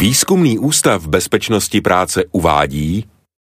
Výzkumný ústav bezpečnosti práce uvádí.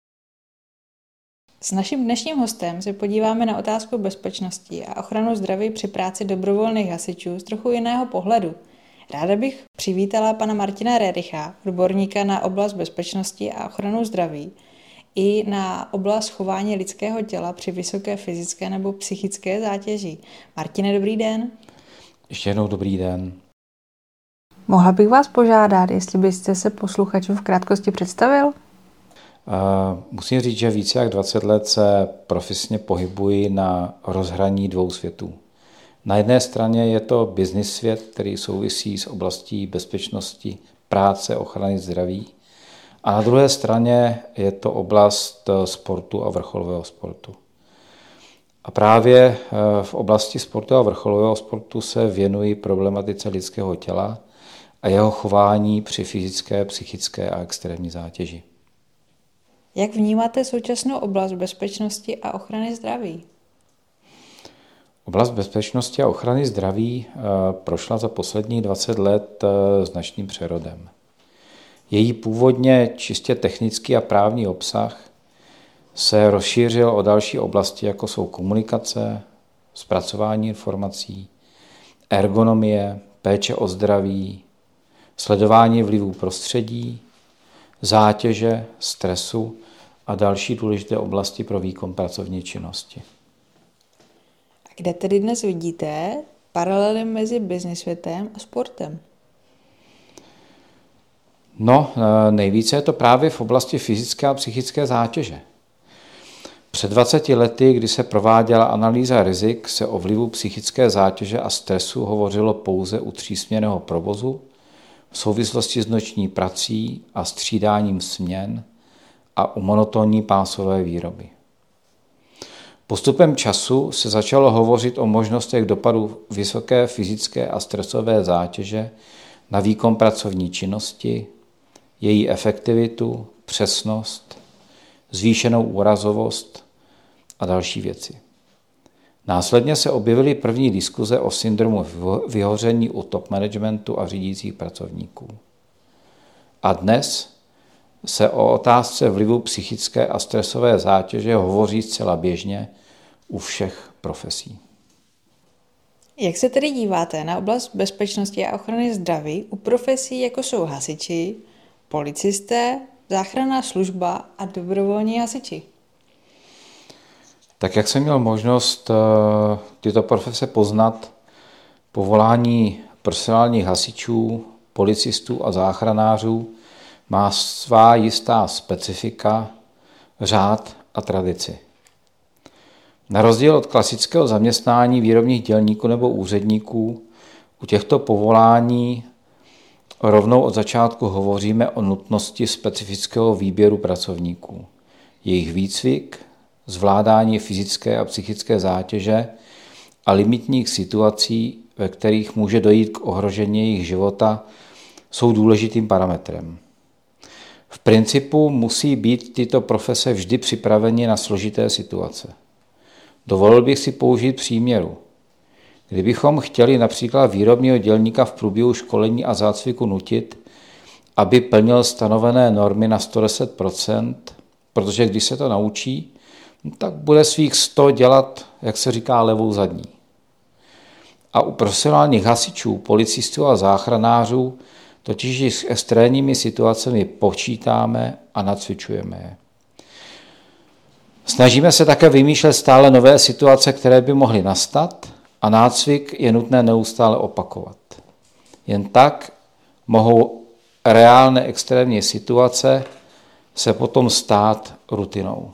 S naším dnešním hostem se podíváme na otázku bezpečnosti a ochranu zdraví při práci dobrovolných hasičů z trochu jiného pohledu. Ráda bych přivítala pana Martina Rericha, odborníka na oblast bezpečnosti a ochranu zdraví i na oblast chování lidského těla při vysoké fyzické nebo psychické zátěži. Martine, dobrý den. Ještě jednou dobrý den. Mohla bych vás požádat, jestli byste se posluchačům v krátkosti představil? Musím říct, že více jak 20 let se profesně pohybuji na rozhraní dvou světů. Na jedné straně je to business svět, který souvisí s oblastí bezpečnosti, práce, ochrany zdraví. A na druhé straně je to oblast sportu a vrcholového sportu. A právě v oblasti sportu a vrcholového sportu se věnuji problematice lidského těla a jeho chování při fyzické, psychické a extrémní zátěži. Jak vnímáte současnou oblast bezpečnosti a ochrany zdraví? Oblast bezpečnosti a ochrany zdraví prošla za posledních 20 let značným přerodem. Její původně čistě technický a právní obsah se rozšířil o další oblasti, jako jsou komunikace, zpracování informací, ergonomie, péče o zdraví, sledování vlivů prostředí, zátěže, stresu a další důležité oblasti pro výkon pracovní činnosti. A kde tedy dnes vidíte paralely mezi business světem a sportem? Nejvíce je to právě v oblasti fyzické a psychické zátěže. Před 20 lety, kdy se prováděla analýza rizik, se o vlivu psychické zátěže a stresu hovořilo pouze u třísměnného provozu, v souvislosti s noční prací a střídáním směn a u monotónní pásové výroby. Postupem času se začalo hovořit o možnostech dopadu vysoké fyzické a stresové zátěže na výkon pracovní činnosti, její efektivitu, přesnost, zvýšenou úrazovost a další věci. Následně se objevily první diskuze o syndromu vyhoření u top managementu a řídících pracovníků. A dnes se o otázce vlivu psychické a stresové zátěže hovoří zcela běžně u všech profesí. Jak se tedy díváte na oblast bezpečnosti a ochrany zdraví u profesí, jako jsou hasiči, policisté, záchranná služba a dobrovolní hasiči? Tak jak jsem měl možnost tyto profese poznat, povolání profesionálních hasičů, policistů a záchranářů má svá jistá specifika, řád a tradici. Na rozdíl od klasického zaměstnání výrobních dělníků nebo úředníků, u těchto povolání rovnou od začátku hovoříme o nutnosti specifického výběru pracovníků, jejich výcvik, zvládání fyzické a psychické zátěže a limitních situací, ve kterých může dojít k ohrožení jejich života, jsou důležitým parametrem. V principu musí být tyto profese vždy připraveni na složité situace. Dovolil bych si použít příměru. Kdybychom chtěli například výrobního dělníka v průběhu školení a zácviku nutit, aby plnil stanovené normy na 110%, protože když se to naučí, tak bude svých 100 dělat, jak se říká, levou zadní. A u profesionálních hasičů, policistů a záchranářů totiž s extrémními situacemi počítáme a nacvičujeme je. Snažíme se také vymýšlet stále nové situace, které by mohly nastat, a nácvik je nutné neustále opakovat. Jen tak mohou reálné extrémní situace se potom stát rutinou.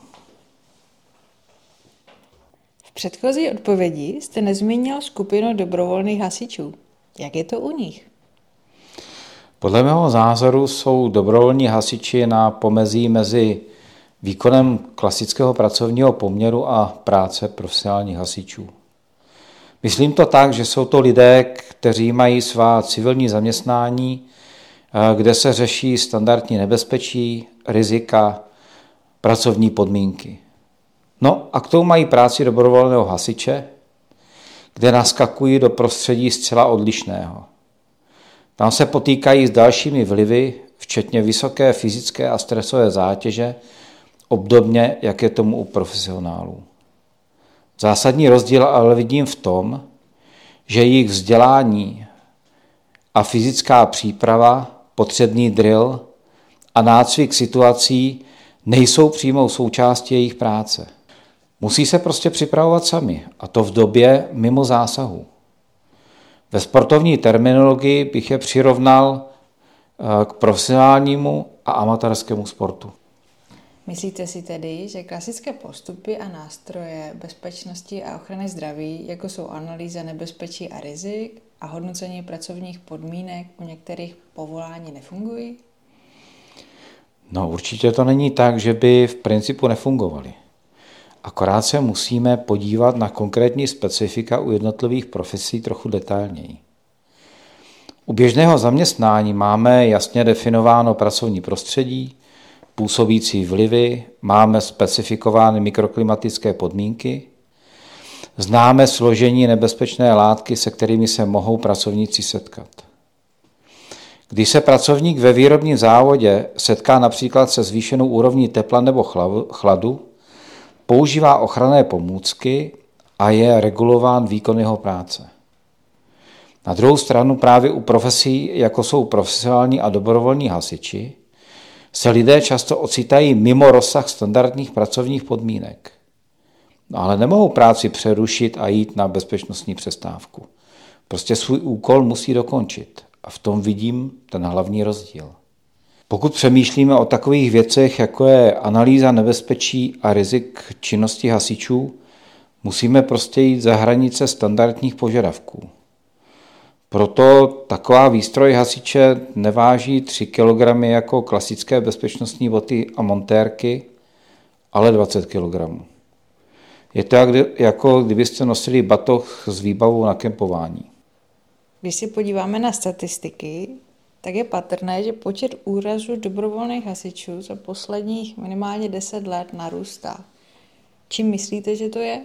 V předchozí odpovědi jste nezmínil skupinu dobrovolných hasičů. Jak je to u nich? Podle mého názoru jsou dobrovolní hasiči na pomezí mezi výkonem klasického pracovního poměru a práce profesionálních hasičů. Myslím to tak, že jsou to lidé, kteří mají svá civilní zaměstnání, kde se řeší standardní nebezpečí, rizika, pracovní podmínky. No a k tomu mají práci dobrovolného hasiče, kde naskakují do prostředí zcela odlišného. Tam se potýkají s dalšími vlivy, včetně vysoké fyzické a stresové zátěže, obdobně, jak je tomu u profesionálů. Zásadní rozdíl ale vidím v tom, že jejich vzdělání a fyzická příprava, potřebný drill a nácvik situací nejsou přímou součástí jejich práce. Musí se prostě připravovat sami, a to v době mimo zásahu. Ve sportovní terminologii bych je přirovnal k profesionálnímu a amatérskému sportu. Myslíte si tedy, že klasické postupy a nástroje bezpečnosti a ochrany zdraví, jako jsou analýza nebezpečí a rizik a hodnocení pracovních podmínek u některých povolání, nefungují? No určitě to není tak, že by v principu nefungovaly. Akorát se musíme podívat na konkrétní specifika u jednotlivých profesí trochu detailněji. U běžného zaměstnání máme jasně definováno pracovní prostředí, působící vlivy, máme specifikovány mikroklimatické podmínky, známe složení nebezpečné látky, se kterými se mohou pracovníci setkat. Když se pracovník ve výrobním závodě setká například se zvýšenou úrovní tepla nebo chladu, používá ochranné pomůcky a je regulován výkon jeho práce. Na druhou stranu právě u profesí, jako jsou profesionální a dobrovolní hasiči, se lidé často ocitají mimo rozsah standardních pracovních podmínek. No, ale nemohou práci přerušit a jít na bezpečnostní přestávku. Prostě svůj úkol musí dokončit. A v tom vidím ten hlavní rozdíl. Pokud přemýšlíme o takových věcech, jako je analýza nebezpečí a rizik činnosti hasičů, musíme prostě jít za hranice standardních požadavků. Proto taková výstroj hasiče neváží 3 kg jako klasické bezpečnostní boty a montérky, ale 20 kg. Je to jako kdybyste nosili batoh s výbavou na kempování. Když si podíváme na statistiky, tak je patrné, že počet úrazů dobrovolných hasičů za posledních minimálně 10 let narůstá. Čím myslíte, že to je?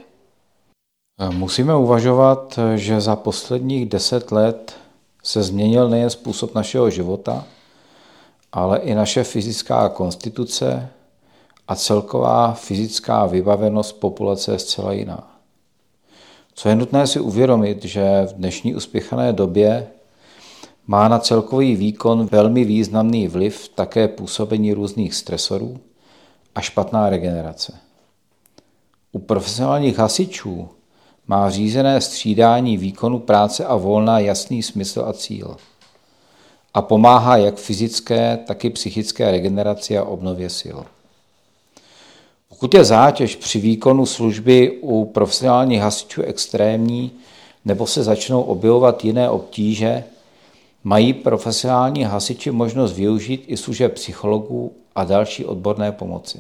Musíme uvažovat, že za posledních 10 let se změnil nejen způsob našeho života, ale i naše fyzická konstituce a celková fyzická vybavenost populace je zcela jiná. Co je nutné si uvědomit, že v dnešní uspěchané době má na celkový výkon velmi významný vliv také působení různých stresorů a špatná regenerace. U profesionálních hasičů má řízené střídání výkonu práce a volna jasný smysl a cíl a pomáhá jak fyzické, tak i psychické regeneraci a obnově sil. Pokud je zátěž při výkonu služby u profesionálních hasičů extrémní nebo se začnou objevovat jiné obtíže, mají profesionální hasiči možnost využít i služeb psychologů a další odborné pomoci.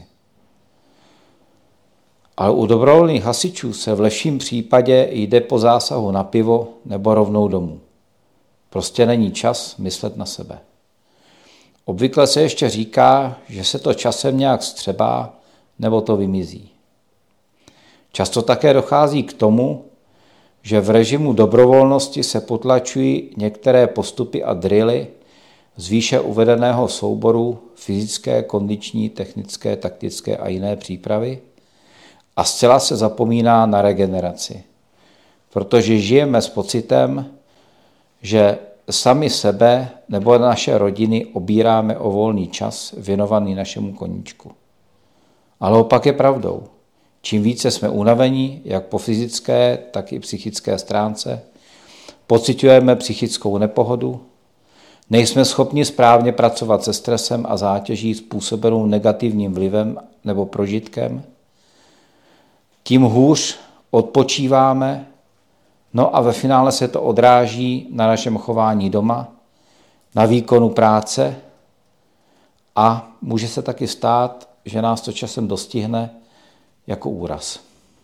Ale u dobrovolných hasičů se v lepším případě jde po zásahu na pivo nebo rovnou domů. Prostě není čas myslet na sebe. Obvykle se ještě říká, že se to časem nějak střebá nebo to vymizí. Často také dochází k tomu, že v režimu dobrovolnosti se potlačují některé postupy a drily z výše uvedeného souboru fyzické, kondiční, technické, taktické a jiné přípravy a zcela se zapomíná na regeneraci, protože žijeme s pocitem, že sami sebe nebo naše rodiny obíráme o volný čas věnovaný našemu koníčku. Ale opak je pravdou. Čím více jsme unavení, jak po fyzické, tak i psychické stránce, pociťujeme psychickou nepohodu, nejsme schopni správně pracovat se stresem a zátěží způsobenou negativním vlivem nebo prožitkem, tím hůř odpočíváme, no a ve finále se to odráží na našem chování doma, na výkonu práce a může se taky stát, že nás to časem dostihne jako úraz.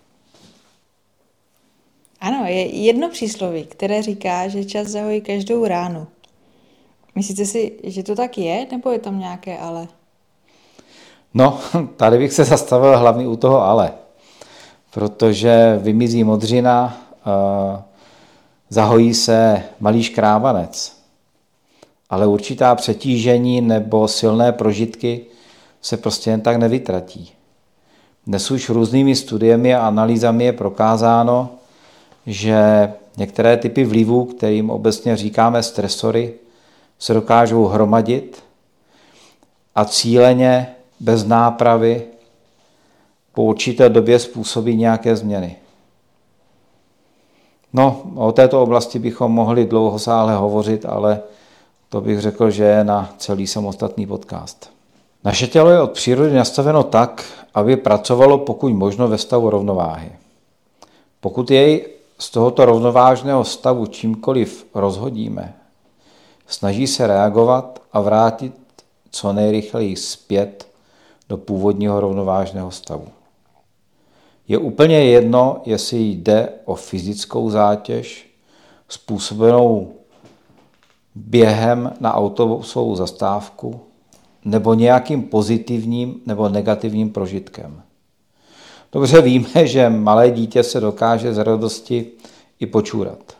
Ano, je jedno přísloví, které říká, že čas zahojí každou ránu. Myslíte si, že to tak je, nebo je tam nějaké ale? No, tady bych se zastavil hlavně u toho ale, protože vymizí modřina, zahojí se malý škrábanec. ale určitá přetížení nebo silné prožitky se prostě jen tak nevytratí. Dnes už různými studiemi a analýzami je prokázáno, že některé typy vlivů, kterým obecně říkáme stresory, se dokážou hromadit a cíleně, bez nápravy, po určité době způsobí nějaké změny. No, o této oblasti bychom mohli dlouhosáhle hovořit, ale to bych řekl, že je na celý samostatný podcast. Naše tělo je od přírody nastaveno tak, aby pracovalo pokud možno ve stavu rovnováhy. Pokud jej z tohoto rovnovážného stavu čímkoliv rozhodíme, snaží se reagovat a vrátit co nejrychleji zpět do původního rovnovážného stavu. Je úplně jedno, jestli jde o fyzickou zátěž způsobenou během na autobusovou zastávku nebo nějakým pozitivním nebo negativním prožitkem. Dobře víme, že malé dítě se dokáže z radosti i počůrat.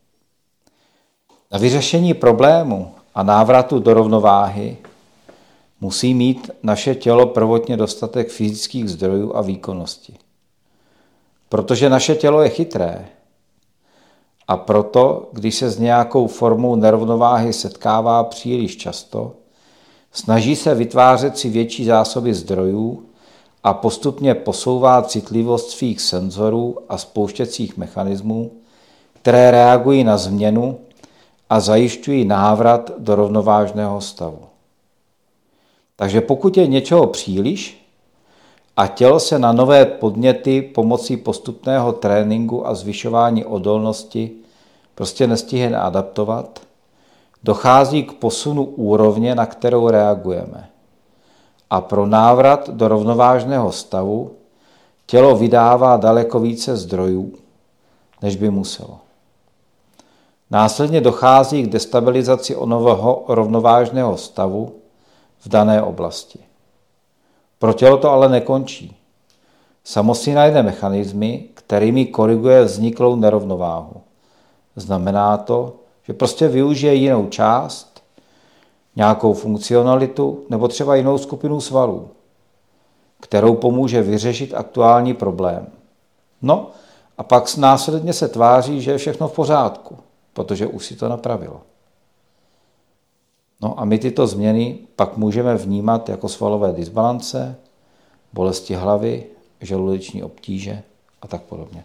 Na vyřešení problému a návratu do rovnováhy musí mít naše tělo prvotně dostatek fyzických zdrojů a výkonnosti. Protože naše tělo je chytré a proto, když se s nějakou formou nerovnováhy setkává příliš často, snaží se vytvářet si větší zásoby zdrojů a postupně posouvá citlivost svých senzorů a spouštěcích mechanismů, které reagují na změnu a zajišťují návrat do rovnovážného stavu. Takže pokud je něčeho příliš a tělo se na nové podněty pomocí postupného tréninku a zvyšování odolnosti prostě nestihne adaptovat, dochází k posunu úrovně, na kterou reagujeme. A pro návrat do rovnovážného stavu tělo vydává daleko více zdrojů, než by muselo. Následně dochází k destabilizaci onoho rovnovážného stavu v dané oblasti. Pro tělo to ale nekončí. Samo si najde mechanismy, kterými koriguje vzniklou nerovnováhu. Znamená to, že prostě využije jinou část, nějakou funkcionalitu nebo třeba jinou skupinu svalů, kterou pomůže vyřešit aktuální problém. No a pak následně se tváří, že je všechno v pořádku, protože už si to napravilo. No a my tyto změny pak můžeme vnímat jako svalové dysbalance, bolesti hlavy, žaludeční obtíže a tak podobně.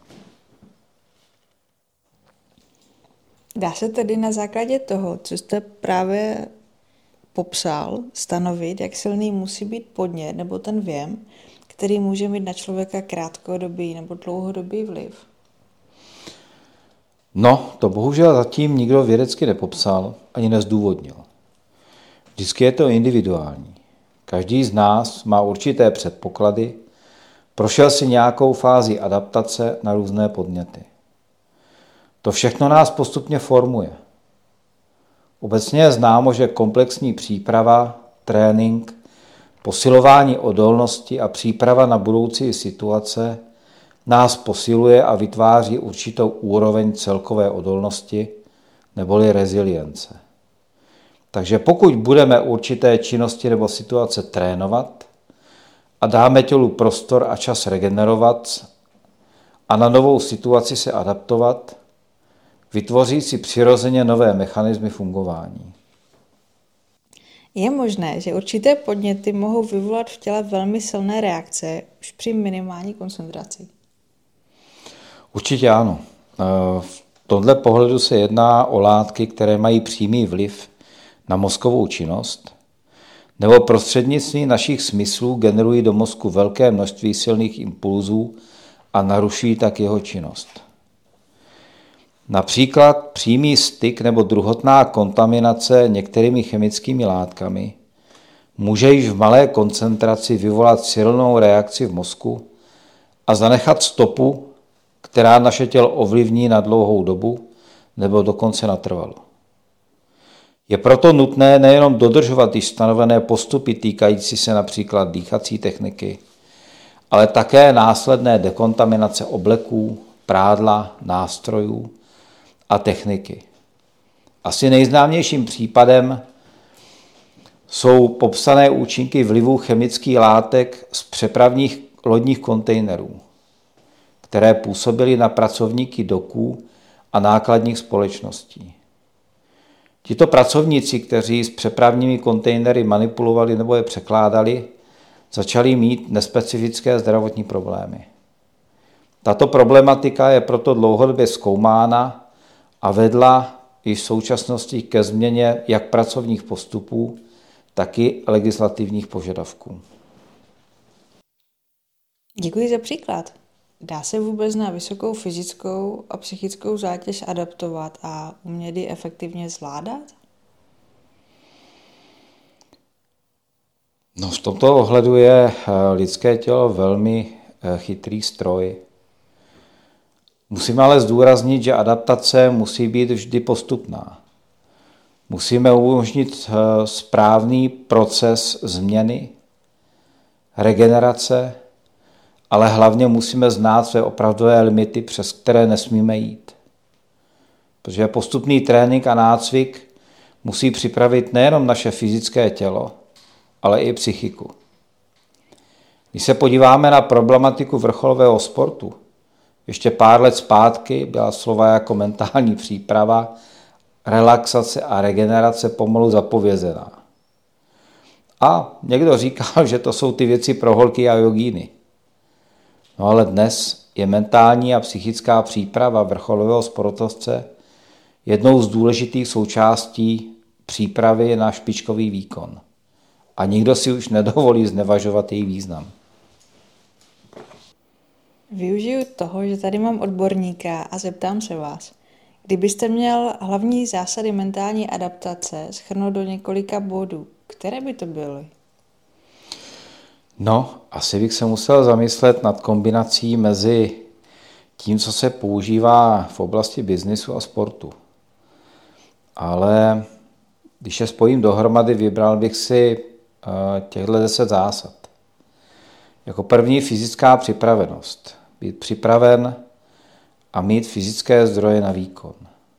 Dá se tedy na základě toho, co jste právě popsal, stanovit, jak silný musí být podnět nebo ten věm, který může mít na člověka krátkodobý nebo dlouhodobý vliv? No, to bohužel zatím nikdo vědecky nepopsal ani nezdůvodnil. Vždycky je to individuální. Každý z nás má určité předpoklady, prošel si nějakou fázi adaptace na různé podněty. To všechno nás postupně formuje. Obecně je známo, že komplexní příprava, trénink, posilování odolnosti a příprava na budoucí situace nás posiluje a vytváří určitou úroveň celkové odolnosti neboli rezilience. Takže pokud budeme určité činnosti nebo situace trénovat a dáme tělu prostor a čas regenerovat a na novou situaci se adaptovat, vytvoří si přirozeně nové mechanismy fungování. Je možné, že určité podněty mohou vyvolat v těle velmi silné reakce už při minimální koncentraci? Určitě ano. V tomto pohledu se jedná o látky, které mají přímý vliv na mozkovou činnost, nebo prostřednictvím našich smyslů generují do mozku velké množství silných impulzů a narušují tak jeho činnost. Například přímý styk nebo druhotná kontaminace některými chemickými látkami může již v malé koncentraci vyvolat silnou reakci v mozku a zanechat stopu, která naše tělo ovlivní na dlouhou dobu nebo dokonce natrvalo. Je proto nutné nejenom dodržovat již stanovené postupy týkající se například dýchací techniky, ale také následné dekontaminace obleků, prádla, nástrojů a techniky. Asi nejznámějším případem jsou popsané účinky vlivu chemických látek z přepravních lodních kontejnerů, které působily na pracovníky doků a nákladních společností. Tito pracovníci, kteří s přepravními kontejnery manipulovali nebo je překládali, začali mít nespecifické zdravotní problémy. Tato problematika je proto dlouhodobě zkoumána a vedla i v současnosti ke změně jak pracovních postupů, tak i legislativních požadavků. Děkuji za příklad. Dá se vůbec na vysokou fyzickou a psychickou zátěž adaptovat a umět ji efektivně zvládat? No, v tomto ohledu je lidské tělo velmi chytrý stroj. Musíme ale zdůraznit, že adaptace musí být vždy postupná. Musíme umožnit správný proces změny, regenerace, ale hlavně musíme znát své opravdové limity, přes které nesmíme jít. Protože postupný trénink a nácvik musí připravit nejenom naše fyzické tělo, ale i psychiku. Když se podíváme na problematiku vrcholového sportu, ještě pár let zpátky byla slova jako mentální příprava, relaxace a regenerace pomalu zapovězená. A někdo říkal, že to jsou ty věci pro holky a jogíny. No ale dnes je mentální a psychická příprava vrcholového sportovce jednou z důležitých součástí přípravy na špičkový výkon. A nikdo si už nedovolí znevažovat její význam. Využiju toho, že tady mám odborníka a zeptám se vás. Kdybyste měl hlavní zásady mentální adaptace shrnout do několika bodů, které by to byly? No, asi bych se musel zamyslet nad kombinací mezi tím, co se používá v oblasti biznisu a sportu. Ale když je spojím dohromady, vybral bych si těchto 10 zásad. Jako první fyzická připravenost. Být připraven a mít fyzické zdroje na výkon.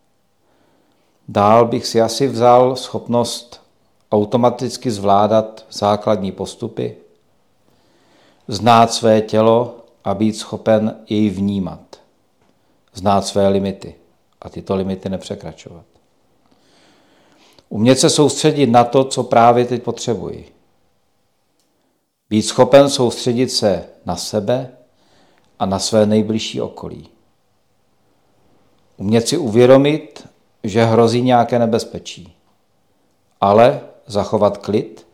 Dál bych si asi vzal schopnost automaticky zvládat základní postupy, znát své tělo a být schopen jej vnímat. Znát své limity a tyto limity nepřekračovat. Umět se soustředit na to, co právě teď potřebuji. Být schopen soustředit se na sebe a na své nejbližší okolí. Umět si uvědomit, že hrozí nějaké nebezpečí, ale zachovat klid,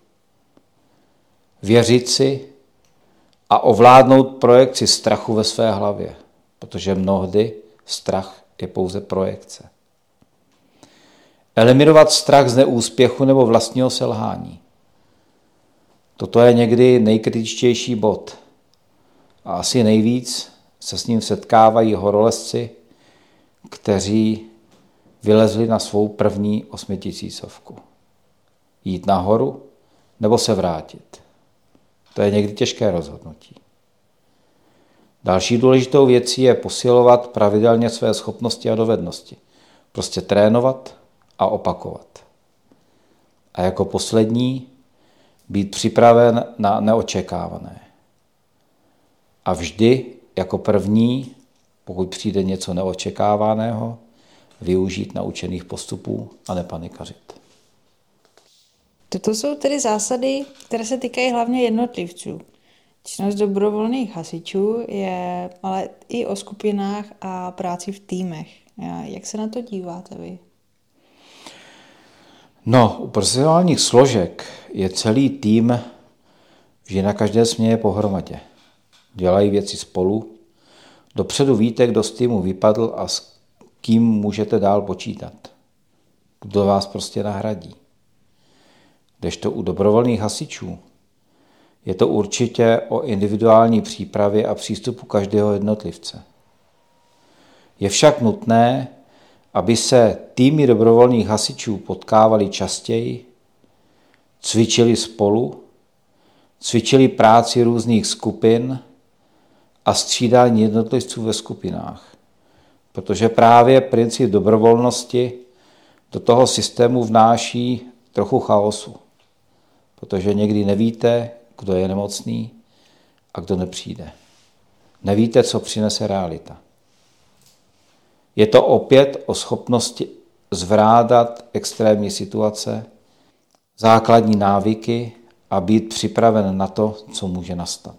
věřit si a ovládnout projekci strachu ve své hlavě, protože mnohdy strach je pouze projekce. Eliminovat strach z neúspěchu nebo vlastního selhání. Toto je někdy nejkritičtější bod a asi nejvíc se s ním setkávají horolezci, kteří vylezli na svou první 8000. Jít nahoru nebo se vrátit. To je někdy těžké rozhodnutí. Další důležitou věcí je posilovat pravidelně své schopnosti a dovednosti. Prostě trénovat a opakovat. A jako poslední být připraven na neočekávané. A vždy jako první, pokud přijde něco neočekávaného, využít naučených postupů a nepanikařit. Toto jsou tedy zásady, které se týkají hlavně jednotlivců. Činnost dobrovolných hasičů je ale i o skupinách a práci v týmech. Jak se na to díváte vy? No, u profesionálních složek je celý tým vždy na každé směně pohromadě. Dělají věci spolu. Dopředu víte, kdo z týmu vypadl a s kým můžete dál počítat. Kdo vás prostě nahradí. Kdežto u dobrovolných hasičů je to určitě o individuální přípravě a přístupu každého jednotlivce. Je však nutné, aby se týmy dobrovolných hasičů potkávali častěji, cvičili spolu, cvičili práci různých skupin a střídání jednotlivců ve skupinách. Protože právě princip dobrovolnosti do toho systému vnáší trochu chaosu. protože někdy nevíte, kdo je nemocný a kdo nepřijde. Nevíte, co přinese realita. Je to opět o schopnosti zvládat extrémní situace, základní návyky a být připraven na to, co může nastat.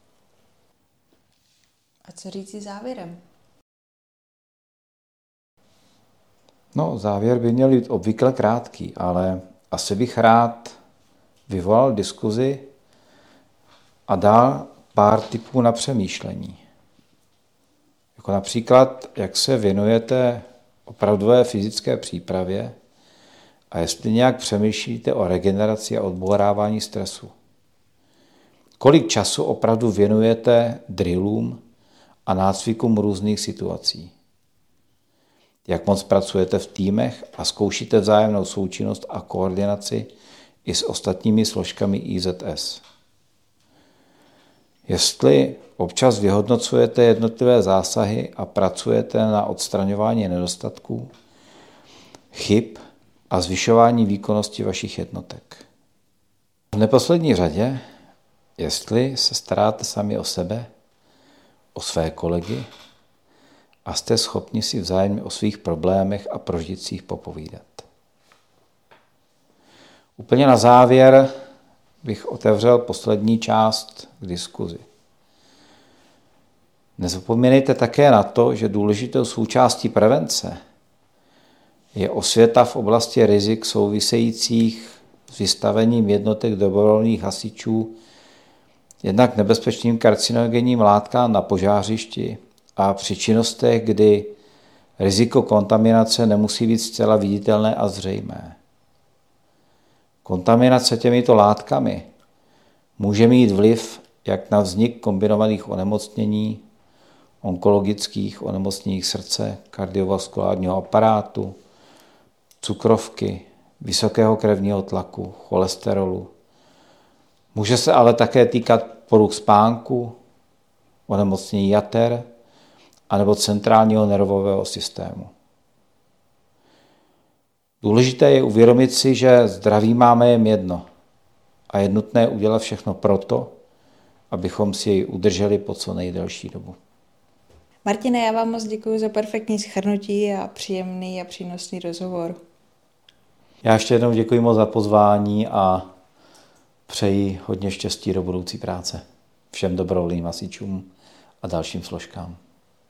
A co říci závěrem? No, závěr by měl být obvykle krátký, ale asi bych rád vyvolal diskuzi a dal pár tipů na přemýšlení. Jako například, jak se věnujete opravdové fyzické přípravě a jestli nějak přemýšlíte o regeneraci a odbourávání stresu. Kolik času opravdu věnujete drillům a nácvikům různých situací. Jak moc pracujete v týmech a zkoušíte vzájemnou součinnost a koordinaci i s ostatními složkami IZS. Jestli občas vyhodnocujete jednotlivé zásahy a pracujete na odstraňování nedostatků, chyb a zvyšování výkonnosti vašich jednotek. V neposlední řadě, jestli se staráte sami o sebe, o své kolegy a jste schopni si vzájemně o svých problémech a prožitcích popovídat. Úplně na závěr bych otevřel poslední část k diskuzi. Nezapomínejte také na to, že důležitou součástí prevence je osvěta v oblasti rizik souvisejících s vystavením jednotek dobrovolných hasičů jednak nebezpečným karcinogenním látkám na požářišti a při činnostech, kdy riziko kontaminace nemusí být zcela viditelné a zřejmé. Kontaminace těmito látkami může mít vliv jak na vznik kombinovaných onemocnění, onkologických onemocnění srdce, kardiovaskulárního aparátu, cukrovky, vysokého krevního tlaku, cholesterolu. Může se ale také týkat poruch spánku, onemocnění jater anebo centrálního nervového systému. Důležité je uvědomit si, že zdraví máme jen jedno a je nutné udělat všechno proto, abychom si jej udrželi po co nejdelší dobu. Martine, já vám moc děkuji za perfektní shrnutí a příjemný a přínosný rozhovor. Já ještě jednou děkuji moc za pozvání a přeji hodně štěstí do budoucí práce všem dobrovolným hasičům a dalším složkám.